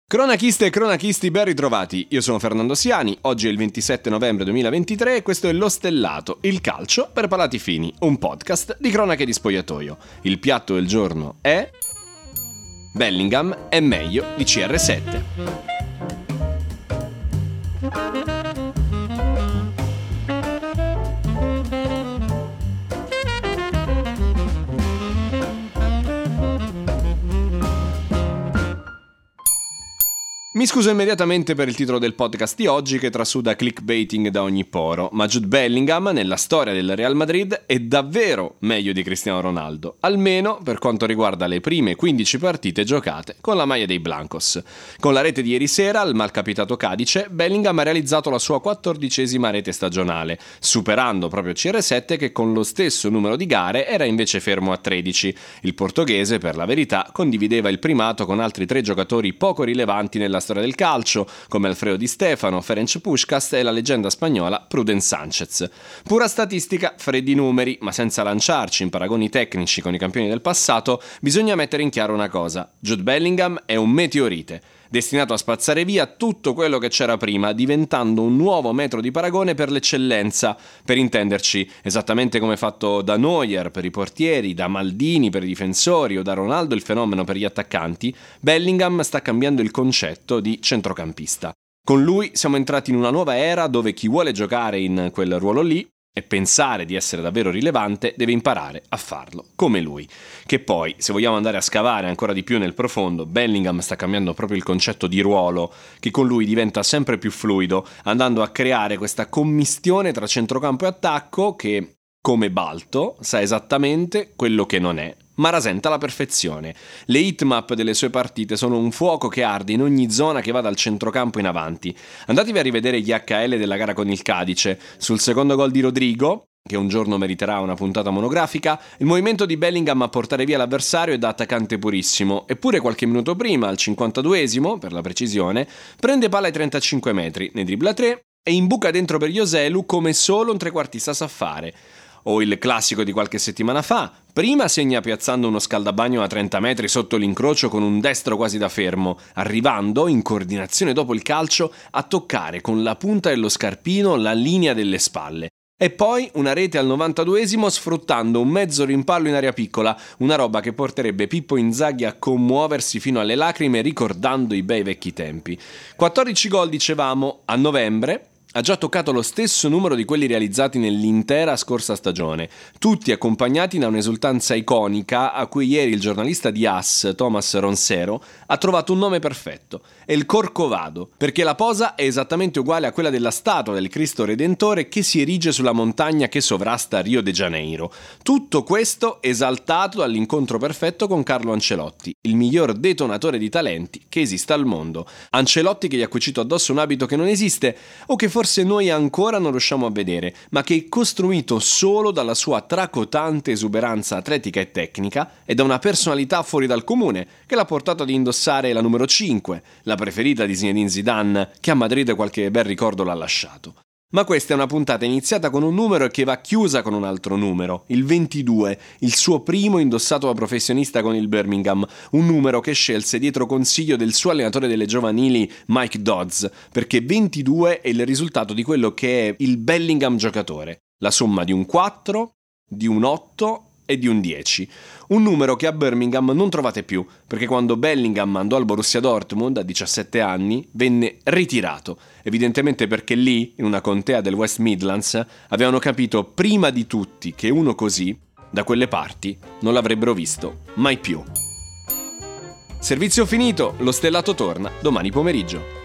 Cronachiste e cronachisti, ben ritrovati. Io sono Fernando Siani, oggi è il 27 novembre 2023 e questo è Lo Stellato, il calcio per palati fini, un podcast di cronache di spogliatoio. Il piatto del giorno è... Bellingham è meglio di CR7. Mi scuso immediatamente per il titolo del podcast di oggi che trasuda clickbaiting da ogni poro, ma Jude Bellingham nella storia del Real Madrid è davvero meglio di Cristiano Ronaldo, almeno per quanto riguarda le prime 15 partite giocate con la maglia dei Blancos. Con la rete di ieri sera al malcapitato Cadice, Bellingham ha realizzato la sua 14ª rete stagionale, superando proprio CR7 che con lo stesso numero di gare era invece fermo a 13. Il portoghese, per la verità, condivideva il primato con altri 3 giocatori poco rilevanti nella storia del calcio, come Alfredo Di Stefano, Ferenc Puskás e la leggenda spagnola Pruden Sanchez. Pura statistica, freddi numeri, ma senza lanciarci in paragoni tecnici con i campioni del passato, bisogna mettere in chiaro una cosa: Jude Bellingham è un meteorite, destinato a spazzare via tutto quello che c'era prima, diventando un nuovo metro di paragone per l'eccellenza. Per intenderci, esattamente come fatto da Neuer per i portieri, da Maldini per i difensori o da Ronaldo il fenomeno per gli attaccanti, Bellingham sta cambiando il concetto di centrocampista. Con lui siamo entrati in una nuova era dove chi vuole giocare in quel ruolo lì e pensare di essere davvero rilevante deve imparare a farlo come lui. Che poi, se vogliamo andare a scavare ancora di più nel profondo, Bellingham sta cambiando proprio il concetto di ruolo, che con lui diventa sempre più fluido, andando a creare questa commistione tra centrocampo e attacco che, come Balto, sa esattamente quello che non è, ma rasenta alla perfezione. Le hitmap delle sue partite sono un fuoco che arde in ogni zona che va dal centrocampo in avanti. Andatevi a rivedere gli HL della gara con il Cadice. Sul secondo gol di Rodrigo, che un giorno meriterà una puntata monografica, il movimento di Bellingham a portare via l'avversario è da attaccante purissimo, eppure qualche minuto prima, al 52esimo, per la precisione, prende palla ai 35 metri, ne dribbla 3 e imbuca dentro per Joselu come solo un trequartista sa fare. O il classico di qualche settimana fa, prima segna piazzando uno scaldabagno a 30 metri sotto l'incrocio con un destro quasi da fermo, arrivando, in coordinazione dopo il calcio, a toccare con la punta dello scarpino la linea delle spalle. E poi una rete al 92esimo sfruttando un mezzo rimpallo in area piccola, una roba che porterebbe Pippo Inzaghi a commuoversi fino alle lacrime ricordando i bei vecchi tempi. 14 gol, dicevamo, a novembre. Ha già toccato lo stesso numero di quelli realizzati nell'intera scorsa stagione, tutti accompagnati da un'esultanza iconica a cui ieri il giornalista di AS, Thomas Ronsero, ha trovato un nome perfetto: è il Corcovado, perché la posa è esattamente uguale a quella della statua del Cristo Redentore che si erige sulla montagna che sovrasta Rio de Janeiro. Tutto questo esaltato dall'incontro perfetto con Carlo Ancelotti, il miglior detonatore di talenti che esista al mondo. Ancelotti che gli ha cucito addosso un abito che non esiste o che forse noi ancora non riusciamo a vedere, ma che è costruito solo dalla sua tracotante esuberanza atletica e tecnica e da una personalità fuori dal comune che l'ha portato ad indossare la numero 5, la preferita di Zinedine Zidane, che a Madrid qualche bel ricordo l'ha lasciato. Ma questa è una puntata iniziata con un numero e che va chiusa con un altro numero, il 22, il suo primo indossato da professionista con il Birmingham, un numero che scelse dietro consiglio del suo allenatore delle giovanili Mike Dodds, perché 22 è il risultato di quello che è il Bellingham giocatore, la somma di un 4, di un 8 e di un 10. Un numero che a Birmingham non trovate più, perché quando Bellingham andò al Borussia Dortmund a 17 anni venne ritirato, evidentemente perché lì, in una contea del West Midlands, avevano capito prima di tutti che uno così, da quelle parti, non l'avrebbero visto mai più. Servizio finito, Lo Stellato torna domani pomeriggio.